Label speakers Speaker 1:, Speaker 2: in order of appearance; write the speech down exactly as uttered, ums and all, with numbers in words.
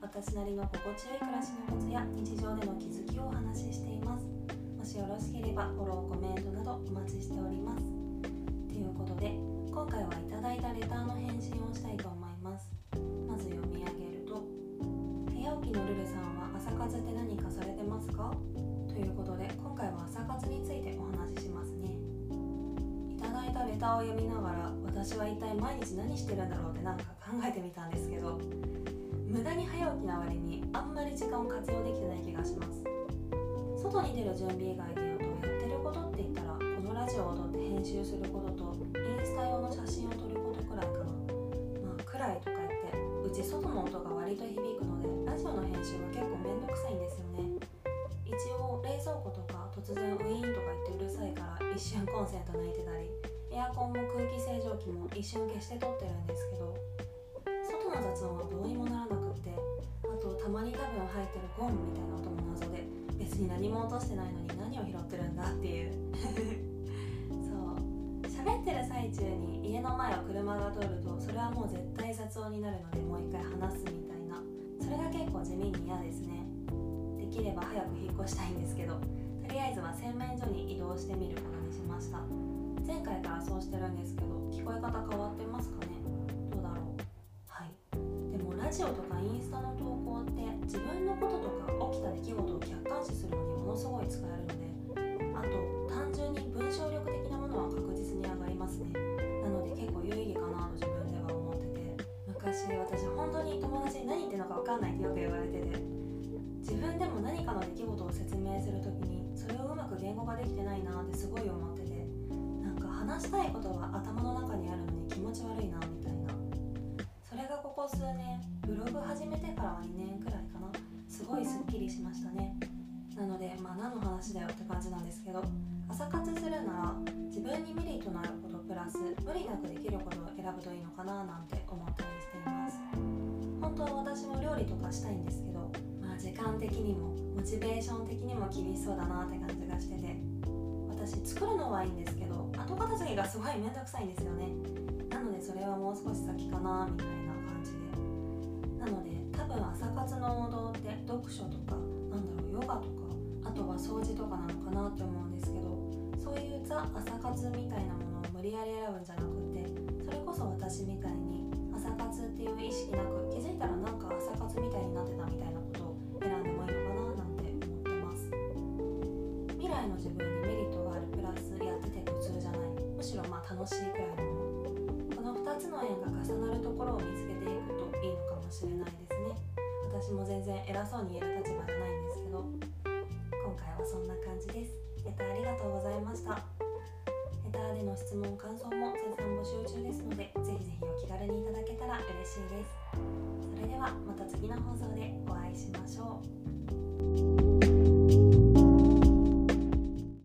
Speaker 1: 私なりの心地よい暮らしのコツや日常での気づきをお話ししています。もしよろしければフォロー、コメントなどお待ちしております。ということで、今回はいただいたレターの返信をしたいと思います。まず読み上げると、早起きのルルさんは朝活って何かされてますか？ということで、今回は朝活についてお話ししますね。いただいたレターを読みながら、私は一体毎日何してるんだろうってなんか考えてみたんですけど、無駄に早起きな割にあんまり時間を活用できてない気がします。外に出る準備以外で言うと、やってることって言ったら、このラジオを撮って編集することとインスタ用の写真を撮ることくらいかな。まあくらいとか言って、うち外の音が割と響くので、ラジオの編集は結構めんどくさいんですよね。一応冷蔵庫とか突然ウィーンとか言ってうるさいから一瞬コンセント抜いてたり、エアコンも空気清浄機も一瞬消して撮ってるんですけど、外の雑音はどうにもならなくって、あとたまに多分入ってるゴンみたいな音も謎で、別に何も落としてないのに何を拾ってるんだっていうそう喋ってる最中に家の前を車が通ると、それはもう絶対雑音になるので、もう一回話すみたいな、それが結構地味に嫌ですね。できれば早く引っ越したいんですけど、とりあえずは洗面所に移動してみることにしました。前回からそうしてるんですけど、聞こえ方変わってますかね？どうだろう。はい。でもラジオとかインスタの投稿って自分のこととか起きた出来事を客観視するのにものすごい使えるので、あと単純に文章力的なものは確実に上がりますね。なので結構有意義かなと自分では思ってて、昔私本当に友達に何言ってるのか分かんないってよく言われてて、自分でも何かの出来事を説明するときにそれをうまく言語化できてないなってすごい思ってて、なんか話したいことは頭の中にあるのに気持ち悪いなみたいな。それがここ数年、ブログ始めてからはにねんくらいかな、すごいスッキリしましたね。なので、まあ何の話だよって感じなんですけど、朝活するなら自分にメリットのあることプラス無理なくできることを選ぶといいのかななんて思ったりしています。本当は私も料理とかしたいんですけど、まあ時間的にもモチベーション的にも厳しそうだなって感じがしてて、私作るのはいいんですけど、後片付けがすごいめんどくさいんですよね。なのでそれはもう少し先かなみたいな感じで、なので多分朝活の王道って読書とか、なんだろう、ヨガとか、あとは掃除とかなのかなって思うんですけど、そういうザ朝活みたいなものを無理やり選ぶんじゃなくて、それこそ私みたいに朝活っていう意識なく、気づいたらなんか朝活みたいになってたみたいなことを選んでもいいのかななんて思ってます。未来の自分にメリットがあるプラスやってて苦痛じゃない、むしろまあ楽しいくらいのもの、このふたつの円が重なるところを見つけていくといいのかもしれないですね。私も全然偉そうに言える立場じゃないんですけど、今回はそんな感じです。レターありがとうございました。レターでの質問感想も絶賛募集中ですので、ぜひぜひお気軽にいただけたら嬉しいです。それではまた次の放送でお会いしましょう。